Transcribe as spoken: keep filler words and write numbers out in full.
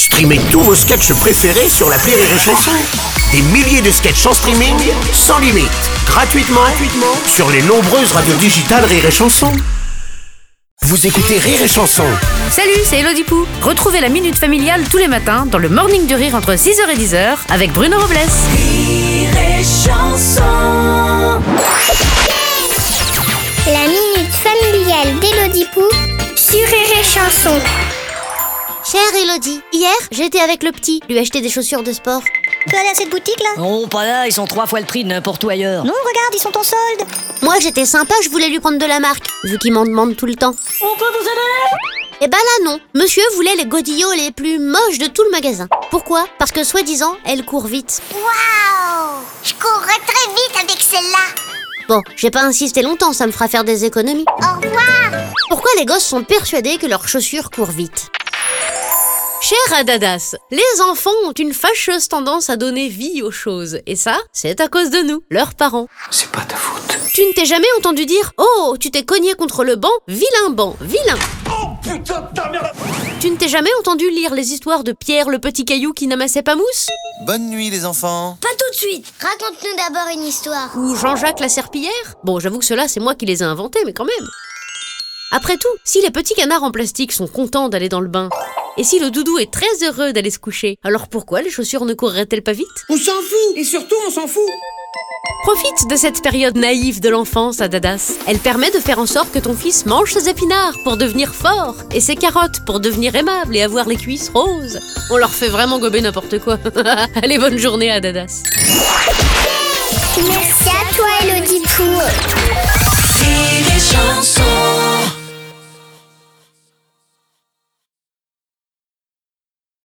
Streamez tous vos sketchs préférés sur l'appli Rire et Chanson. Des milliers de sketchs en streaming, sans limite, gratuitement, gratuitement sur les nombreuses radios digitales Rire et Chanson. Vous écoutez Rire et Chanson. Salut, c'est Elodie Pou. Retrouvez la Minute Familiale tous les matins dans le Morning du Rire entre six heures et dix heures avec Bruno Robles. Rire et Chanson. La Minute Familiale d'Elodie Pou sur Rire et Chanson. Chère Elodie, hier, j'étais avec le petit, lui acheter des chaussures de sport. Tu allais à cette boutique là? Non, pas là, ils sont trois fois le prix de n'importe où ailleurs. Non, regarde, ils sont en solde. Moi, j'étais sympa, je voulais lui prendre de la marque, vu qu'il m'en demande tout le temps. On peut vous aider? Eh ben là, non. Monsieur voulait les godillots les plus moches de tout le magasin. Pourquoi? Parce que, soi-disant, elles courent vite. Waouh! Je courrais très vite avec celle-là. Bon, j'ai pas insisté longtemps, ça me fera faire des économies. Au revoir. Pourquoi les gosses sont persuadés que leurs chaussures courent vite? Cher Adadas, les enfants ont une fâcheuse tendance à donner vie aux choses. Et ça, c'est à cause de nous, leurs parents. C'est pas ta faute. Tu ne t'es jamais entendu dire « Oh, tu t'es cogné contre le banc, vilain banc, vilain !» Oh putain de ta merde! Tu ne t'es jamais entendu lire les histoires de Pierre le petit caillou qui n'amassait pas mousse? Bonne nuit les enfants. Pas tout de suite. Raconte-nous d'abord une histoire. Ou Jean-Jacques la serpillière? Bon, j'avoue que ceux-là, c'est moi qui les ai inventés, mais quand même. Après tout, si les petits canards en plastique sont contents d'aller dans le bain, et si le doudou est très heureux d'aller se coucher, alors pourquoi les chaussures ne courraient-elles pas vite? On s'en fout. Et surtout, on s'en fout. Profite de cette période naïve de l'enfance, Adadas. Elle permet de faire en sorte que ton fils mange ses épinards pour devenir fort, et ses carottes pour devenir aimable et avoir les cuisses roses. On leur fait vraiment gober n'importe quoi. Allez, bonne journée, Adadas. Merci à toi, Elodie Pou. Rire et Chanson.